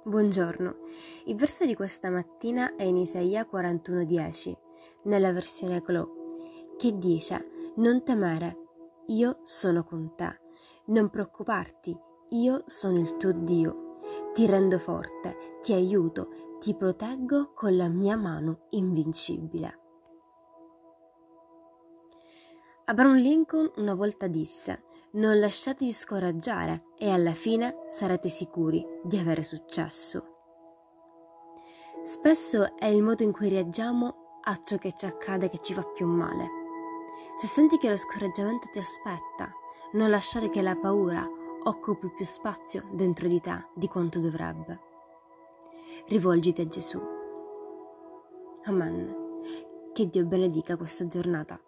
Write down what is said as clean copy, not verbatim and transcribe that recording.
Buongiorno, il verso di questa mattina è in Isaia 41,10, nella versione Glow, che dice: Non temere, io sono con te, non preoccuparti, io sono il tuo Dio, ti rendo forte, ti aiuto, ti proteggo con la mia mano invincibile. Abraham Lincoln una volta disse: Non lasciatevi scoraggiare e alla fine sarete sicuri di avere successo. Spesso è il modo in cui reagiamo a ciò che ci accade che ci fa più male. Se senti che lo scoraggiamento ti aspetta, non lasciare che la paura occupi più spazio dentro di te di quanto dovrebbe. Rivolgiti a Gesù. Amen. Che Dio benedica questa giornata.